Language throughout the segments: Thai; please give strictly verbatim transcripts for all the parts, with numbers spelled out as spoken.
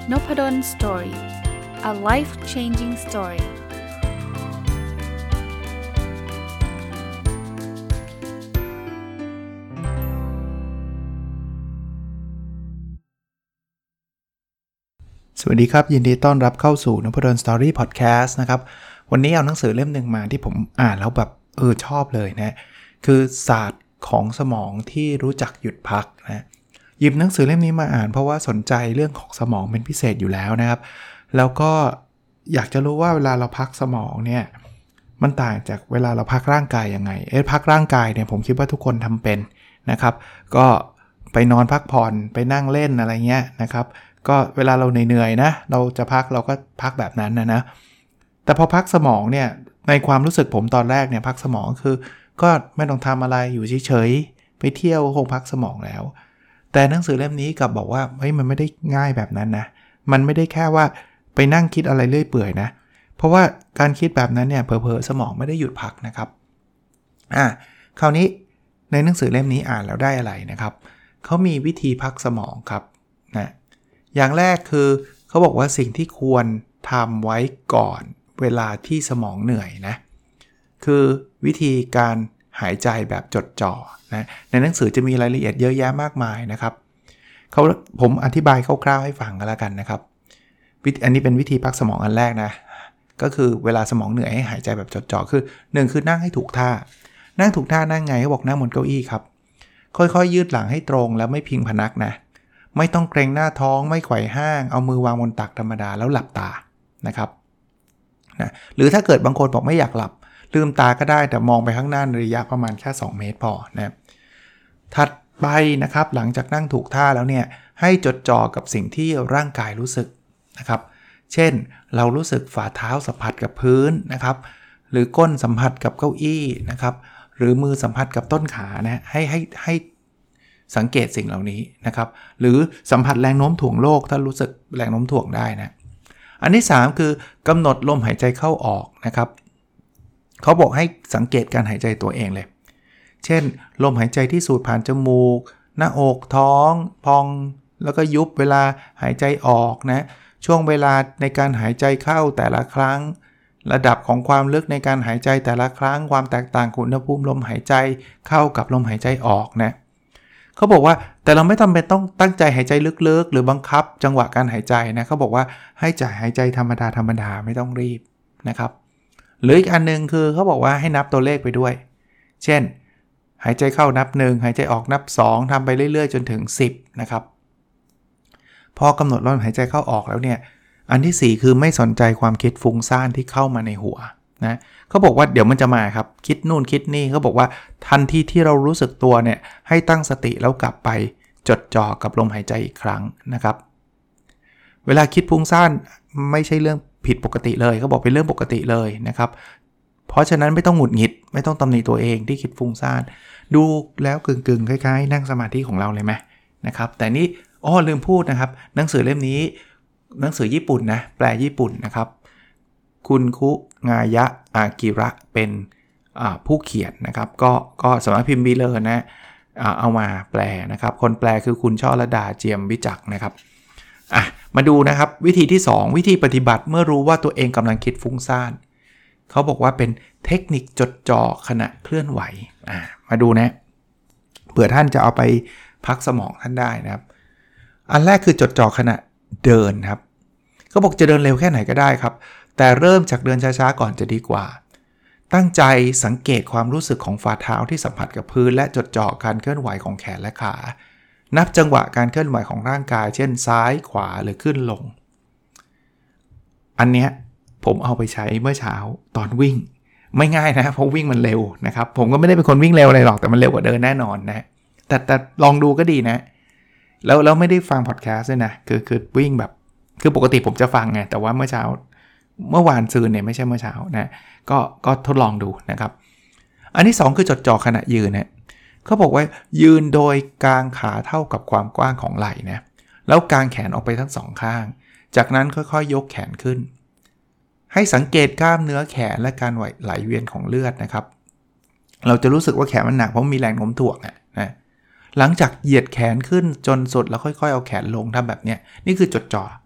Nopadon Story. A life-changing story.สวัสดีครับยินดีต้อนรับเข้าสู่ Nopadon Story Podcast นะครับวันนี้เอาหนังสือเล่มหนึ่งมาที่ผมอ่านแล้วแบบเออชอบเลยนะคือศาสตร์ของสมองที่รู้จักหยุดพักนะหยิบหนังสือเล่มนี้มาอ่านเพราะว่าสนใจเรื่องของสมองเป็นพิเศษอยู่แล้วนะครับแล้วก็อยากจะรู้ว่าเวลาเราพักสมองเนี่ยมันต่างจากเวลาเราพักร่างกายยังไงเอ๊ะพักร่างกายเนี่ยผมคิดว่าทุกคนทำเป็นนะครับก็ไปนอนพักผ่อนไปนั่งเล่นอะไรเงี้ยนะครับก็เวลาเราเหนื่อยๆนะเราจะพักเราก็พักแบบนั้นนะนะแต่พอพักสมองเนี่ยในความรู้สึกผมตอนแรกเนี่ยพักสมองคือก็ไม่ต้องทำอะไรอยู่เฉยๆไปเที่ยวคงพักสมองแล้วแต่หนังสือเล่มนี้กลับบอกว่าเฮ้ยมันไม่ได้ง่ายแบบนั้นนะมันไม่ได้แค่ว่าไปนั่งคิดอะไรเรื่อยเปื่อยนะเพราะว่าการคิดแบบนั้นเนี่ยเผลอๆสมองไม่ได้หยุดพักนะครับอ่ะคราวนี้ในหนังสือเล่มนี้อ่านแล้วได้อะไรนะครับเขามีวิธีพักสมองครับนะอย่างแรกคือเขาบอกว่าสิ่งที่ควรทำไว้ก่อนเวลาที่สมองเหนื่อยนะคือวิธีการหายใจแบบจดจ่อนะในหนังสือจะมีรายละเอียดเยอะแยะมากมายนะครับเขาผมอธิบายคร่าวๆให้ฟังกันแล้วกันนะครับอันนี้เป็นวิธีพักสมองอันแรกนะก็คือเวลาสมองเหนื่อยให้หายใจแบบจดจ่อคือหนึ่งคือนั่งให้ถูกท่านั่งถูกท่านั่งไงเขาบอกนั่งบนเก้าอี้ครับค่อยๆยืดหลังให้ตรงแล้วไม่พิงพนักนะไม่ต้องเกรงหน้าท้องไม่ไขว่ห้างเอามือวางบนตักธรรมดาแล้วหลับตานะครับนะหรือถ้าเกิดบางคนบอกไม่อยากหลับลืมตาก็ได้แต่มองไปข้างหน้าในระยะประมาณแค่สองเมตรพอนะถัดไปนะครับหลังจากนั่งถูกท่าแล้วเนี่ยให้จดจ่อกับสิ่งที่ร่างกายรู้สึกนะครับเช่นเรารู้สึกฝ่าเท้าสัมผัสกับพื้นนะครับหรือก้นสัมผัสกับเก้าอี้นะครับหรือมือสัมผัสกับต้นขานะให้ให้ให้สังเกตสิ่งเหล่านี้นะครับหรือสัมผัสแรงโน้มถ่วงโลกถ้ารู้สึกแรงโน้มถ่วงได้นะอันที่สามคือกำหนดลมหายใจเข้าออกนะครับเขาบอกให้สังเกตการหายใจตัวเองเลยเช่นลมหายใจที่สูดผ่านจมูกหน้าอกท้องพองแล้วก็ยุบเวลาหายใจออกนะช่วงเวลาในการหายใจเข้าแต่ละครั้งระดับของความลึกในการหายใจแต่ละครั้งความแตกต่างของอุณหภูมิลมหายใจเข้ากับลมหายใจออกนะเขาบอกว่าแต่เราไม่จำเป็นต้องตั้งใจหายใจลึกๆหรือบังคับจังหวะการหายใจนะเขาบอกว่าให้จ่ายหายใจธรรมดาธรรมดาไม่ต้องรีบนะครับหรืออีกอันนึงคือเขาบอกว่าให้นับตัวเลขไปด้วยเช่นหายใจเข้านับหนึ่งหายใจออกนับสองทำไปเรื่อยๆจนถึงสิบนะครับพอกำหนดลมหายใจเข้าออกแล้วเนี่ยอันที่สี่คือไม่สนใจความคิดฟุ้งซ่านที่เข้ามาในหัวนะเขาบอกว่าเดี๋ยวมันจะมาครับคิดนู่นคิดนี่เขาบอกว่าทันทีที่เรารู้สึกตัวเนี่ยให้ตั้งสติแล้วกลับไปจดจ่อกับลมหายใจอีกครั้งนะครับเวลาคิดฟุ้งซ่านไม่ใช่เรื่องผิดปกติเลยเขาบอกเป็นเรื่องปกติเลยนะครับเพราะฉะนั้นไม่ต้องหงุดหงิดไม่ต้องตำหนิตัวเองที่คิดฟุ้งซ่านดูแล้วกึ่งๆคล้ายๆนั่งสมาธิของเราเลยไหมนะครับแต่นี่อ้อลืมพูดนะครับหนังสือเล่มนี้หนังสือญี่ปุ่นนะแปลญี่ปุ่นนะครับคุณคุงายะอากิระเป็นผู้เขียนนะครับก็ก็สำนักพิมพ์บีเลอร์นะเอามาแปลนะครับคนแปลคือคุณช่อระดาเจียมวิจักนะครับอ่ะมาดูนะครับวิธีที่สองวิธีปฏิบัติเมื่อรู้ว่าตัวเองกำลังคิดฟุ้งซ่านเขาบอกว่าเป็นเทคนิคจดจ่อขณะเคลื่อนไหวอ่ะมาดูนะเผื่อท่านจะเอาไปพักสมองท่านได้นะครับอันแรกคือจดจ่อขณะเดินครับเขาบอกจะเดินเร็วแค่ไหนก็ได้ครับแต่เริ่มจากเดินช้าๆก่อนจะดีกว่าตั้งใจสังเกตความรู้สึกของฝ่าเท้าที่สัมผัสกับพื้นและจดจ่อการเคลื่อนไหวของแขนและขานับจังหวะการเคลื่อนไหวของร่างกายเช่นซ้ายขวาหรือขึ้นลงอันเนี้ยผมเอาไปใช้เมื่อเช้าตอนวิ่งไม่ง่ายนะเพราะวิ่งมันเร็วนะครับผมก็ไม่ได้เป็นคนวิ่งเร็วอะไรหรอกแต่มันเร็วกว่าเดินแน่นอนนะแต่แต่ลองดูก็ดีนะแล้วแล้วไม่ได้ฟังพอดแคสต์ด้วยนะคือคือวิ่งแบบคือปกติผมจะฟังไงแต่ว่าเมื่อเช้าเมื่อวานซืนเนี่ยไม่ใช่เมื่อเช้านะก็ก็ทดลองดูนะครับอันที่สองคือจดจ่อขณะยืนเนี่ยเขาบอกว่ายืนโดยกางขาเท่ากับความกว้างของไหล่นะแล้วกางแขนออกไปทั้งสองข้างจากนั้นค่อยๆยกแขนขึ้นให้สังเกตกล้ามเนื้อแขนและการไหลเวียนของเลือดนะครับเราจะรู้สึกว่าแขนมันหนักเพราะมีแรงโน้มถ่วงอ่ะนะหลังจากเหยียดแขนขึ้นจนสุดแล้วค่อยๆเอาแขนลงทำแบบเนี้ยนี่คือจดจ่อ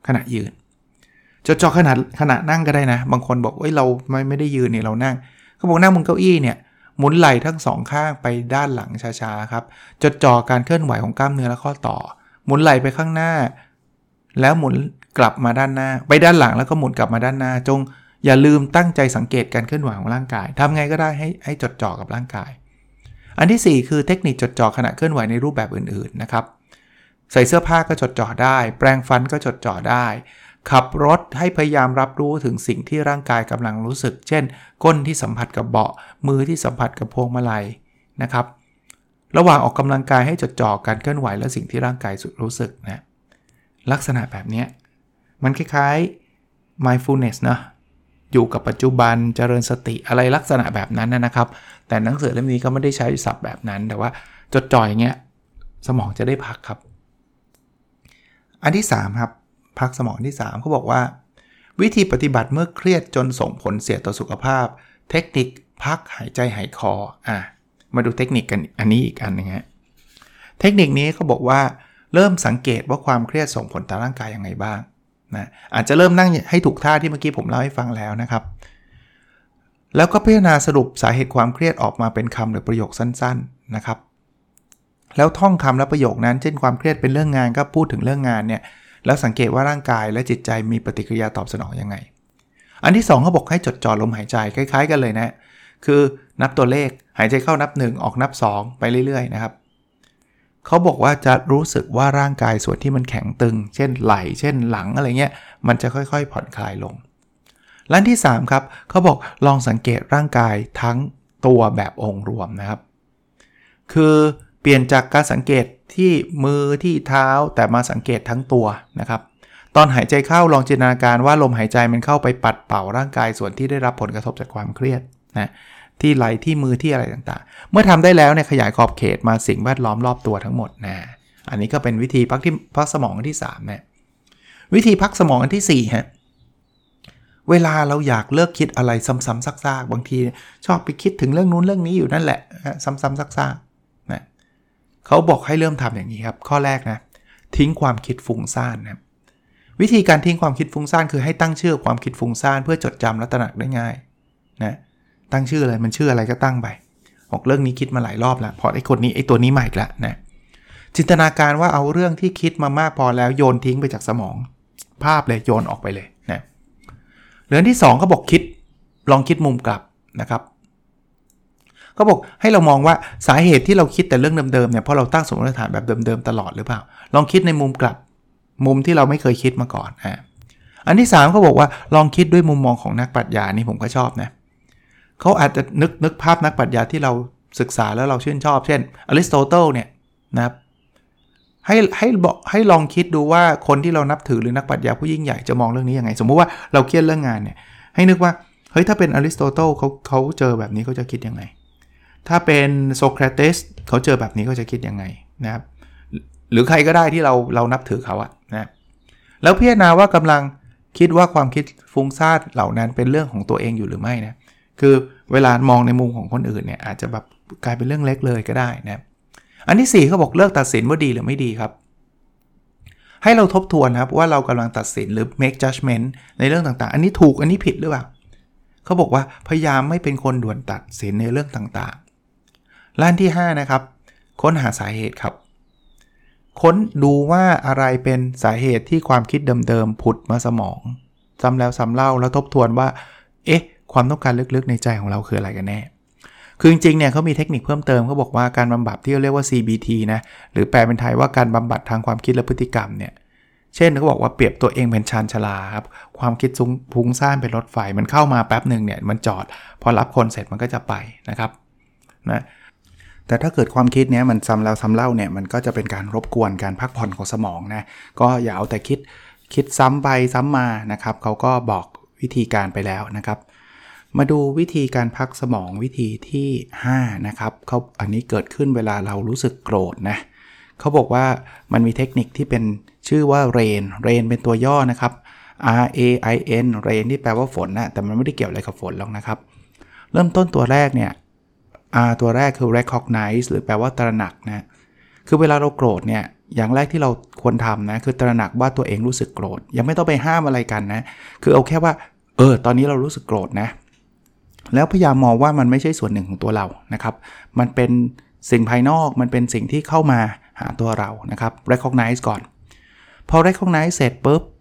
ขณะยืนจดจ่อขณะขณะนั่งก็ได้นะบางคนบอกเอ้ยเราไม่ไม่ได้ยืนเนี่ยเรานั่งเขาบอกนั่งบนเก้าอี้เนี่ยหมุนไหล่ทั้งสองข้างไปด้านหลังช้าๆครับจดจ่อการเคลื่อนไหวของกล้ามเนื้อและข้อต่อหมุนไหล่ไปข้างหน้าแล้วหมุนกลับมาด้านหน้าไปด้านหลังแล้วก็หมุนกลับมาด้านหน้าจงอย่าลืมตั้งใจสังเกตการเคลื่อนไหวของร่างกายทำไงก็ได้ให้ให้จดจ่อกับร่างกายอันที่สี่คือเทคนิคจดจ่อขณะเคลื่อนไหวในรูปแบบอื่นๆนะครับใส่เสื้อผ้าก็จดจ่อได้แปรงฟันก็จดจ่อได้ขับรถให้พยายามรับรู้ถึงสิ่งที่ร่างกายกำลังรู้สึกเช่นก้นที่สัมผัสกับเบาะมือที่สัมผัสกับพวงมาลัยนะครับระหว่างออกกำลังกายให้จดจ่อการเคลื่อนไหวและสิ่งที่ร่างกายรู้สึกนะลักษณะแบบนี้มันคล้ายๆ mindfulness นะอยู่กับปัจจุบันเจริญสติอะไรลักษณะแบบนั้นนะครับแต่หนังสือเล่มนี้ก็ไม่ได้ใช้ศัพท์แบบนั้นแต่ว่าจดจ่ออย่างเงี้ยสมองจะได้พักครับอันที่สามครับพักสมองที่สามเขาบอกว่าวิธีปฏิบัติเมื่อเครียดจนส่งผลเสียต่อสุขภาพเทคนิคพักหายใจหายคออ่ะมาดูเทคนิคกันอันนี้อีกอันนึงฮะเทคนิคนี้เขาบอกว่าเริ่มสังเกตว่าความเครียดส่งผลต่อร่างกายยังไงบ้างนะอาจจะเริ่มนั่งให้ถูกท่าที่เมื่อกี้ผมเล่าให้ฟังแล้วนะครับแล้วก็พิจารณาสรุปสาเหตุความเครียดออกมาเป็นคำหรือประโยคสั้นๆนะครับแล้วท่องคำและประโยคนั้นเช่นความเครียดเป็นเรื่องงานก็พูดถึงเรื่องงานเนี่ยแล้วสังเกตว่าร่างกายและจิตใจมีปฏิกิริยาตอบสนองยังไงอันที่สองเขาบอกให้จดจ่อลมหายใจคล้ายๆกันเลยนะคือนับตัวเลขหายใจเข้านับหนึ่งออกนับสองไปเรื่อยๆนะครับเขาบอกว่าจะรู้สึกว่าร่างกายส่วนที่มันแข็งตึงเช่นไหล่เช่นหลังอะไรเงี้ยมันจะค่อยๆผ่อนคลายลงและที่สามครับเขาบอกลองสังเกตร่างกายทั้งตัวแบบองค์รวมนะครับคือเปลี่ยนจากการสังเกตที่มือที่เท้าแต่มาสังเกตทั้งตัวนะครับตอนหายใจเข้าลองจินตนาการว่าลมหายใจมันเข้าไปปัดเป่าร่างกายส่วนที่ได้รับผลกระทบจากความเครียดนะที่ไหล่ที่มือที่อะไรต่างๆเมื่อทำได้แล้วเนี่ยขยายขอบเขตมาสิ่งแวดล้อมรอบตัวทั้งหมดนะอันนี้ก็เป็นวิธีพักที่พักสมองอันที่สามนะวิธีพักสมองอันที่สี่ฮะเวลาเราอยากเลิกคิดอะไรซ้ำๆซากๆบางทีชอบไปคิดถึงเรื่องนู้นเรื่องนี้อยู่นั่นแหละซ้ำๆซากๆนะเขาบอกให้เริ่มทำอย่างนี้ครับข้อแรกนะทิ้งความคิดฟุ้งซ่านนะวิธีการทิ้งความคิดฟุ้งซ่านคือให้ตั้งชื่อความคิดฟุ้งซ่านเพื่อจดจำและตระหนักได้ง่ายนะตั้งชื่ออะไรมันชื่ออะไรก็ตั้งไปบอกเรื่องนี้คิดมาหลายรอบแล้วพอไอ้คนนี้ไอ้ตัวนี้ใหม่อีกแล้วนะจินตนาการว่าเอาเรื่องที่คิดมามากพอแล้วโยนทิ้งไปจากสมองภาพเลยโยนออกไปเลยนะเรื่องที่สองเขาบอกคิดลองคิดมุมกลับนะครับเขาบอกให้เรามองว่าสาเหตุที่เราคิดแต่เรื่องเดิมๆเนี่ยเพราะเราตั้งสมมติฐานแบบเดิมๆตลอดหรือเปล่าลองคิดในมุมกลับมุมที่เราไม่เคยคิดมาก่อนอ่ะอันที่สามเขาบอกว่าลองคิดด้วยมุมมองของนักปรัชญานี่ผมก็ชอบนะเขาอาจจะนึกนึกภาพนักปรัชญาที่เราศึกษาแล้วเราชื่นชอบเช่นอริสโตเติลเนี่ยนะครับให้ให้บอกให้ลองคิดดูว่าคนที่เรานับถือหรือนักปรัชญาผู้ยิ่งใหญ่จะมองเรื่องนี้ยังไงสมมุติว่าเราเครียดเรื่องงานเนี่ยให้นึกว่าเฮ้ยถ้าเป็นอริสโตเติลเขาเขาเจอแบบนี้เขาจะคิดยังไงถ้าเป็นโซเครติสเขาเจอแบบนี้เขาจะคิดยังไงนะครับหรือใครก็ได้ที่เราเรานับถือเขาอะนะแล้วพิจารณาว่ากำลังคิดว่าความคิดฟุ้งซ่านเหล่านั้นเป็นเรื่องของตัวเองอยู่หรือไม่นะคือเวลามองในมุมของคนอื่นเนี่ยอาจจะแบบกลายเป็นเรื่องเล็กเลยก็ได้นะอันที่สี่เขาบอกเลิกตัดสินว่าดีหรือไม่ดีครับให้เราทบทวนครับว่าเรากำลังตัดสินหรือ make judgment ในเรื่องต่างๆอันนี้ถูกอันนี้ผิดหรือเปล่าเขาบอกว่าพยายามไม่เป็นคนด่วนตัดสินในเรื่องต่างๆและอันที่ห้านะครับค้นหาสาเหตุครับค้นดูว่าอะไรเป็นสาเหตุที่ความคิดเดิมๆผุดมาสมองซ้ำแล้วซ้ำเล่าแล้วทบทวนว่าเอ๊ะความต้องการลึกๆในใจของเราคืออะไรกันแน่คือจริงๆเนี่ยเขามีเทคนิคเพิ่มเติมเขาบอกว่าการบำบัดที่เรียกว่า ซี บี ที นะหรือแปลเป็นไทยว่าการบำบัดทางความคิดและพฤติกรรมเนี่ยเช่นเขาบอกว่าเปรียบตัวเองเป็นชานชาลาครับความคิดฟุ้งซ่านเป็นรถไฟมันเข้ามาแป๊บนึงเนี่ยมันจอดพอรับคนเสร็จมันก็จะไปนะครับนะแต่ถ้าเกิดความคิดเนี้ยมันซ้ำแล้วซ้ำเล่าเนี่ยมันก็จะเป็นการรบกวนการพักผ่อนของสมองนะก็อย่าเอาแต่คิดคิดซ้ำไปซ้ำมานะครับเขาก็บอกวิธีการไปแล้วนะครับมาดูวิธีการพักสมองวิธีที่ห้านะครับเขาอันนี้เกิดขึ้นเวลาเรารู้สึกโกรธนะเขาบอกว่ามันมีเทคนิคที่เป็นชื่อว่า เรน เรน เป็นตัวย่อนะครับ R A I N เรนที่แปลว่าฝนนะแต่มันไม่ได้เกี่ยวอะไรกับฝนหรอกนะครับเริ่มต้นตัวแรกเนี่ย R ตัวแรกคือ recognize หรือแปลว่าตระหนักนะคือเวลาเราโกรธเนี่ยอย่างแรกที่เราควรทำนะคือตระหนักว่าตัวเองรู้สึกโกรธยังไม่ต้องไปห้ามอะไรกันนะคือเอาแค่ว่าเออตอนนี้เรารู้สึกโกรธนะแล้วพยายามมองว่ามันไม่ใช่ส่วนหนึ่งของตัวเรานะครับมันเป็นสิ่งภายนอกมันเป็นสิ่งที่เข้ามาหาตัวเรานะครับ recognize ก่อนพอ recognize เสร็จปุ๊บ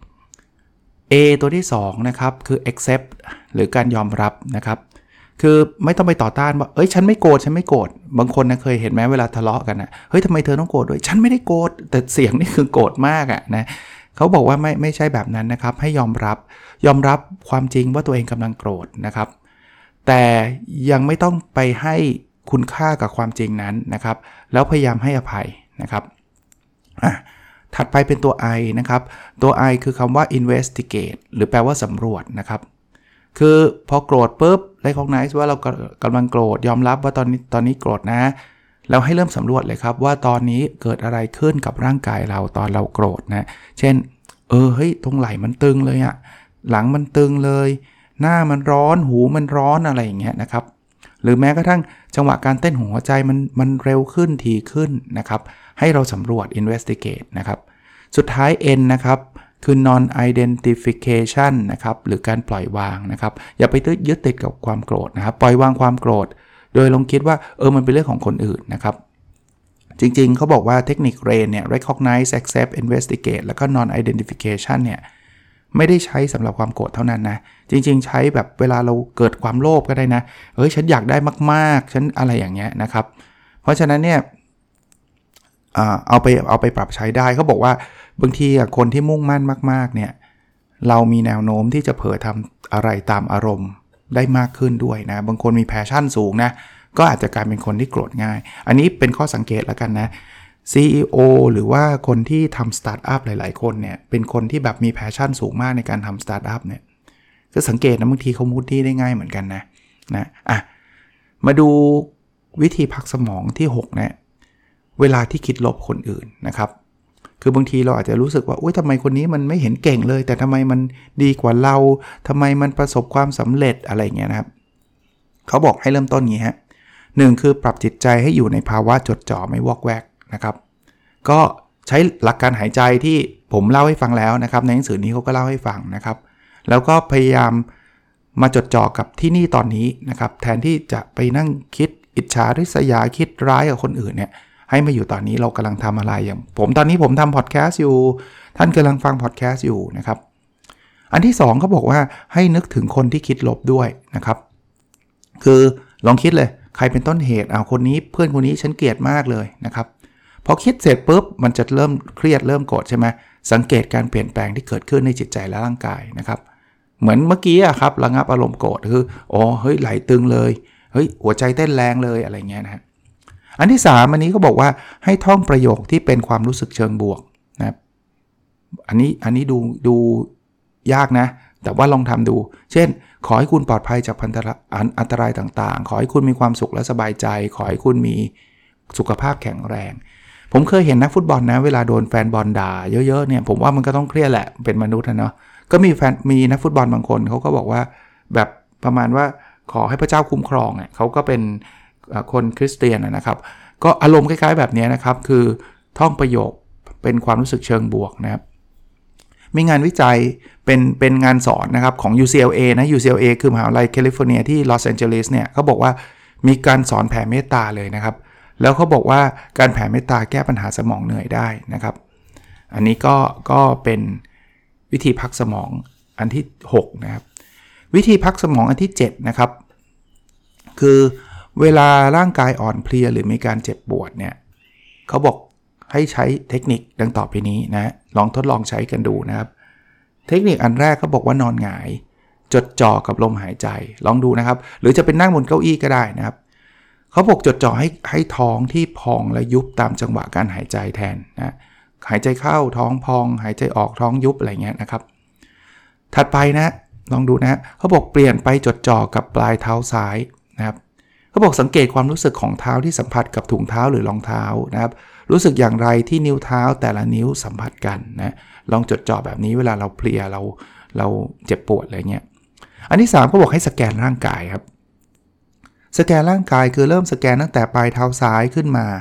A ตัวที่สองนะครับคือ accept หรือการยอมรับนะครับคือไม่ต้องไปต่อต้านว่าเอ้ยฉันไม่โกรธฉันไม่โกรธบางคนนะเคยเห็นไหมเวลาทะเลาะกันนะเฮ้ยทำไมเธอต้องโกรธด้วยฉันไม่ได้โกรธแต่เสียงนี่คือโกรธมากอ่ะนะเขาบอกว่าไม่ไม่ใช่แบบนั้นนะครับให้ยอมรับยอมรับความจริงว่าตัวเองกำลังโกรธนะครับแต่ยังไม่ต้องไปให้คุณค่ากับความจริงนั้นนะครับแล้วพยายามให้อภัยนะครับอ่ะถัดไปเป็นตัว I นะครับตัว I คือคำว่า investigate หรือแปลว่าสำรวจนะครับคือพอโกรธปุ๊บ recognize ว่าเรากำลังโกรธยอมรับว่าตอนนี้ตอนนี้โกรธนะแล้วให้เริ่มสำรวจเลยครับว่าตอนนี้เกิดอะไรขึ้นกับร่างกายเราตอนเราโกรธนะเช่นเออเฮ้ยตรงไหล่มันตึงเลยอะหลังมันตึงเลยหน้ามันร้อนหูมันร้อนอะไรอย่างเงี้ยนะครับหรือแม้กระทั่งจังหวะการเต้นหัวใจมันมันเร็วขึ้นถี่ขึ้นนะครับให้เราสำรวจ investigate นะครับสุดท้าย N นะครับคือ non identification นะครับหรือการปล่อยวางนะครับอย่าไปยึดติดกับความโกรธนะครับปล่อยวางความโกรธโดยลองคิดว่าเออมันเป็นเรื่องของคนอื่นนะครับจริงๆเขาบอกว่าเทคนิค เรน เนี่ย recognize accept investigate แล้วก็ non identification เนี่ยไม่ได้ใช้สำหรับความโกรธเท่านั้นนะจริงๆใช้แบบเวลาเราเกิดความโลภก็ได้นะเฮ้ยฉันอยากได้มากๆฉันอะไรอย่างเงี้ยนะครับเพราะฉะนั้นเนี่ยเอาไปเอาไปปรับใช้ได้เขาบอกว่าบางทีคนที่มุ่งมั่นมากๆเนี่ยเรามีแนวโน้มที่จะเผลอทำอะไรตามอารมณ์ได้มากขึ้นด้วยนะบางคนมีแพชชั่นสูงนะก็อาจจะกลายเป็นคนที่โกรธง่ายอันนี้เป็นข้อสังเกตแล้วกันนะ ซี อี โอ หรือว่าคนที่ทำสตาร์ทอัพหลายๆคนเนี่ยเป็นคนที่แบบมีแพชชั่นสูงมากในการทำสตาร์ทอัพเนี่ยก็สังเกตนะบางทีเขามูดดี้ได้ง่ายเหมือนกันนะนะอ่ะมาดูวิธีพักสมองที่หกนะเวลาที่คิดลบคนอื่นนะครับคือบางทีเราอาจจะรู้สึกว่าอุ๊ยทำไมคนนี้มันไม่เห็นเก่งเลยแต่ทำไมมันดีกว่าเราทำไมมันประสบความสำเร็จอะไรเงี้ยนะครับเขาบอกให้เริ่มต้นงี้ฮะหนึ่งคือปรับจิตใจให้อยู่ในภาวะจดจ่อไม่วอกแวกนะครับก็ใช้หลักการหายใจที่ผมเล่าให้ฟังแล้วนะครับในหนังสือนี้เขาก็เล่าให้ฟังนะครับแล้วก็พยายามมาจดจ่อกับที่นี่ตอนนี้นะครับแทนที่จะไปนั่งคิดอิจฉาริษยาคิดร้ายกับคนอื่นเนี่ยให้มาอยู่ตอนนี้เรากำลังทำอะไรอย่างผมตอนนี้ผมทำพอดแคสต์อยู่ท่านกำลังฟังพอดแคสต์อยู่นะครับอันที่สองเขาบอกว่าให้นึกถึงคนที่คิดลบด้วยนะครับคือลองคิดเลยใครเป็นต้นเหตุเอาคนนี้เพื่อนคนนี้ฉันเกลียดมากเลยนะครับพอคิดเสร็จปุ๊บมันจะเริ่มเครียดเริ่มโกรธใช่ไหมสังเกตการเปลี่ยนแปลงที่เกิดขึ้นในจิตใจและร่างกายนะครับเหมือนเมื่อกี้อะครับระงับอารมณ์โกรธคืออ๋อเฮ้ยไหลตึงเลยเฮ้ยหัวใจเต้นแรงเลยอะไรเงี้ยนะฮะอันที่สามอันนี้ก็บอกว่าให้ท่องประโยคที่เป็นความรู้สึกเชิงบวกนะครับอันนี้อันนี้ดูดูยากนะแต่ว่าลองทำดูเช่นขอให้คุณปลอดภัยจากอันตรายต่างๆขอให้คุณมีความสุขและสบายใจขอให้คุณมีสุขภาพแข็งแรงผมเคยเห็นนักฟุตบอลนะเวลาโดนแฟนบอลด่าเยอะๆเนี่ยผมว่ามันก็ต้องเครียดแหละเป็นมนุษย์นะเนาะก็มีแฟนมีนักฟุตบอลบางคนเขาก็บอกว่าแบบประมาณว่าขอให้พระเจ้าคุ้มครองอ่ะเขาก็เป็นคนคริสเตียนนะครับก็อารมณ์คล้ายๆแบบนี้นะครับคือท่องประโยคเป็นความรู้สึกเชิงบวกนะครับมีงานวิจัยเป็นเป็นงานสอนนะครับของ ยู ซี แอล เอ นะ ยู ซี แอล เอ คือมหาวิทยาลัยแคลิฟอร์เนียที่ลอสแอนเจลิสเนี่ยเขาบอกว่ามีการสอนแผ่เมตตาเลยนะครับแล้วเขาบอกว่าการแผ่เมตตาแก้ปัญหาสมองเหนื่อยได้นะครับอันนี้ก็ก็เป็นวิธีพักสมองอันที่หกนะครับวิธีพักสมองอันที่เจ็ดนะครับคือเวลาร่างกายอ่อนเพลียหรือมีการเจ็บปวดเนี่ยเขาบอกให้ใช้เทคนิคดังต่อไปนี้นะลองทดลองใช้กันดูนะครับเทคนิคอันแรกเขาบอกว่านอนหงายจดจ่อกับลมหายใจลองดูนะครับหรือจะเป็นนั่งบนเก้าอี้ก็ได้นะครับเขาบอกจดจ่อให้ให้ท้องที่พองและยุบตามจังหวะการหายใจแทนนะหายใจเข้าท้องพองหายใจออกท้องยุบอะไรเงี้ยนะครับถัดไปนะลองดูนะเขาบอกเปลี่ยนไปจดจ่อกับปลายเท้าซ้ายนะครับเขาบอกสังเกตความรู้สึกของเท้าที่สัมผัสกับถุงเท้าหรือรองเท้านะครับรู้สึกอย่างไรที่นิ้วเท้าแต่ละนิ้วสัมผัสกันนะลองจดจ่อแบบนี้เวลาเราเพลียเราเราเจ็บปวดอะไรเงี้ยอันที่สามเขาบอกให้สแกนร่างกายครับสแกนร่างกายคือเริ่มสแกนตั้งแต่ปลายเท้าซ้ายขึ้นมา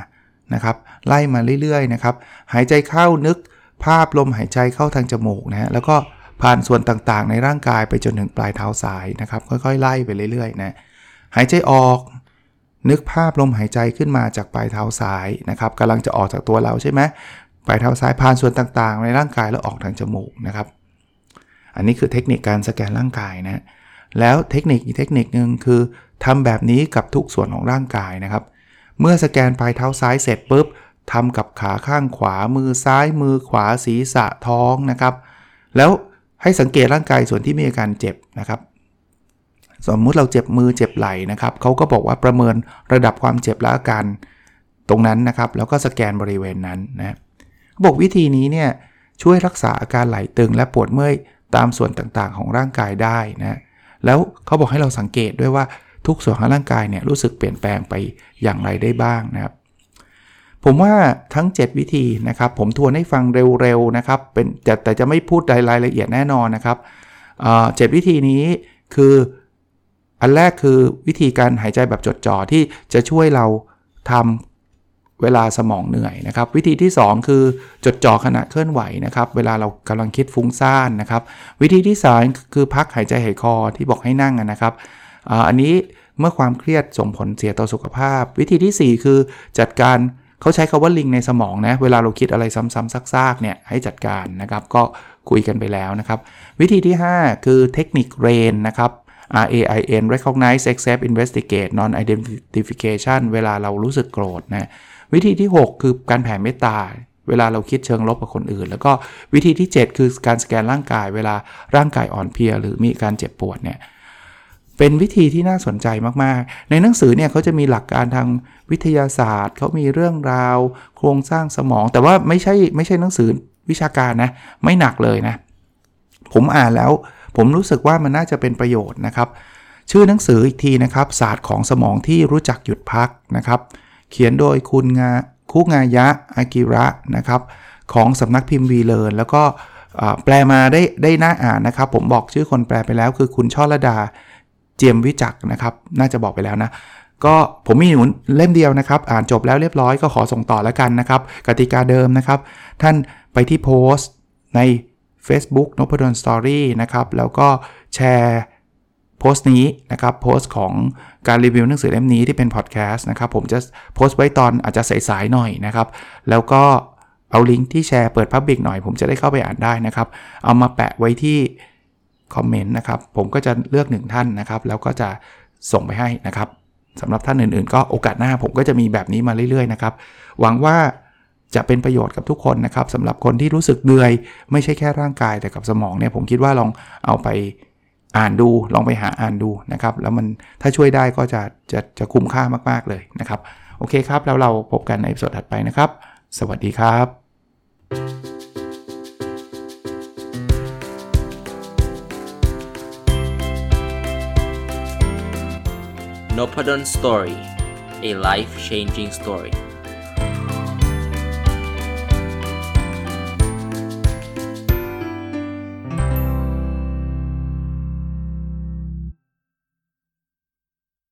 นะครับไล่มาเรื่อยๆนะครับหายใจเข้านึกภาพลมหายใจเข้าทางจมูกนะฮะแล้วก็ผ่านส่วนต่างๆในร่างกายไปจนถึงปลายเท้าซ้ายนะครับค่อยๆไล่ไปเรื่อยๆนะหายใจออกนึกภาพลมหายใจขึ้นมาจากปลายเท้าซ้ายนะครับกำลังจะออกจากตัวเราใช่ไหมปลายเท้าซ้ายผ่านส่วนต่างๆในร่างกายแล้วออกทางจมูกนะครับอันนี้คือเทคนิคการสแกนร่างกายนะแล้วเทคนิคอีกเทคนิคนึงคือทำแบบนี้กับทุกส่วนของร่างกายนะครับเมื่อสแกนปลายเท้าซ้ายเสร็จปุ๊บทำกับขาข้างขวามือซ้ายมือขวาศีรษะท้องนะครับแล้วให้สังเกตร่างกายส่วนที่มีอาการเจ็บนะครับสมมุติเราเจ็บมือเจ็บไหล่นะครับเขาก็บอกว่าประเมินระดับความเจ็บและอาการตรงนั้นนะครับแล้วก็สแกนบริเวณนั้นนะบอกวิธีนี้เนี่ยช่วยรักษาอาการไหล่ตึงและปวดเมื่อยตามส่วนต่างๆของร่างกายได้นะแล้วเขาบอกให้เราสังเกตด้วยว่าทุกส่วนของร่างกายเนี่ยรู้สึกเปลี่ยนแปลงไปอย่างไรได้บ้างนะครับผมว่าทั้งเจ็ดวิธีนะครับผมทวนให้ฟังเร็วๆนะครับเป็นแต่แต่จะไม่พูดรายละเอียดแน่นอนนะครับเอ่อเจ็ดวิธีนี้คืออันแรกคือวิธีการหายใจแบบจดจ่อที่จะช่วยเราทำเวลาสมองเหนื่อยนะครับวิธีที่สองคือจดจ่อขณะเคลื่อนไหวนะครับเวลาเรากำลังคิดฟุ้งซ่านนะครับวิธีที่สามคือพักหายใจหายคอที่บอกให้นั่งนะครับอันนี้เมื่อความเครียดส่งผลเสียต่อสุขภาพวิธีที่สี่คือจัดการเขาใช้คำว่าลิงในสมองนะเวลาเราคิดอะไรซ้ำๆซากๆเนี่ยให้จัดการนะครับก็คุยกันไปแล้วนะครับวิธีที่ห้าคือเทคนิค เรน นะครับ R A I N recognize accept investigate non identification เวลาเรารู้สึกโกรธนะวิธีที่หกคือการแผ่เมตตาเวลาเราคิดเชิงลบกับคนอื่นแล้วก็วิธีที่เจ็ดคือการสแกนร่างกายเวลาร่างกายอ่อนเพลียหรือมีการเจ็บปวดเนี่ยเป็นวิธีที่น่าสนใจมากๆในหนังสือเนี่ยเขาจะมีหลักการทางวิทยาศาสตร์เขามีเรื่องราวโครงสร้างสมองแต่ว่าไม่ใช่ไม่ใช่หนังสือวิชาการนะไม่หนักเลยนะผมอ่านแล้วผมรู้สึกว่ามันน่าจะเป็นประโยชน์นะครับชื่อหนังสืออีกทีนะครับศาสตร์ของสมองที่รู้จักหยุดพักนะครับเขียนโดยคุณงาคุงายะอากิระนะครับของสำนักพิมพ์วีเลอร์แล้วก็แปลมาได้ได้น่าอ่านนะครับผมบอกชื่อคนแปลไปแล้วคือคุณช่อระดาเจียมวิจักรนะครับน่าจะบอกไปแล้วนะก็ผมมีอยู่เล่มเดียวนะครับอ่านจบแล้วเรียบร้อยก็ขอส่งต่อแล้วกันนะครับกติกาเดิมนะครับท่านไปที่โพสต์ใน Facebook นพดล Story นะครับแล้วก็แชร์โพสต์นี้นะครับโพสต์ของการรีวิวหนังสือเล่มนี้ที่เป็นพอดแคสต์นะครับผมจะโพสต์ไว้ตอนอาจจะสายๆหน่อยนะครับแล้วก็เอาลิงก์ที่แชร์เปิด Public หน่อยผมจะได้เข้าไปอ่านได้นะครับเอามาแปะไว้ที่คอมเมนต์นะครับผมก็จะเลือกหนึ่งท่านนะครับแล้วก็จะส่งไปให้นะครับสำหรับท่านอื่นๆก็โอกาสหน้าผมก็จะมีแบบนี้มาเรื่อยๆนะครับหวังว่าจะเป็นประโยชน์กับทุกคนนะครับสำหรับคนที่รู้สึกเหนื่อยไม่ใช่แค่ร่างกายแต่กับสมองเนี่ยผมคิดว่าลองเอาไปอ่านดูลองไปหาอ่านดูนะครับแล้วมันถ้าช่วยได้ก็จะจะจะคุ้มค่ามากๆเลยนะครับโอเคครับแล้วเราพบกันในอีพิโซดถัดไปนะครับสวัสดีครับ Nopadon Story, a life-changing story.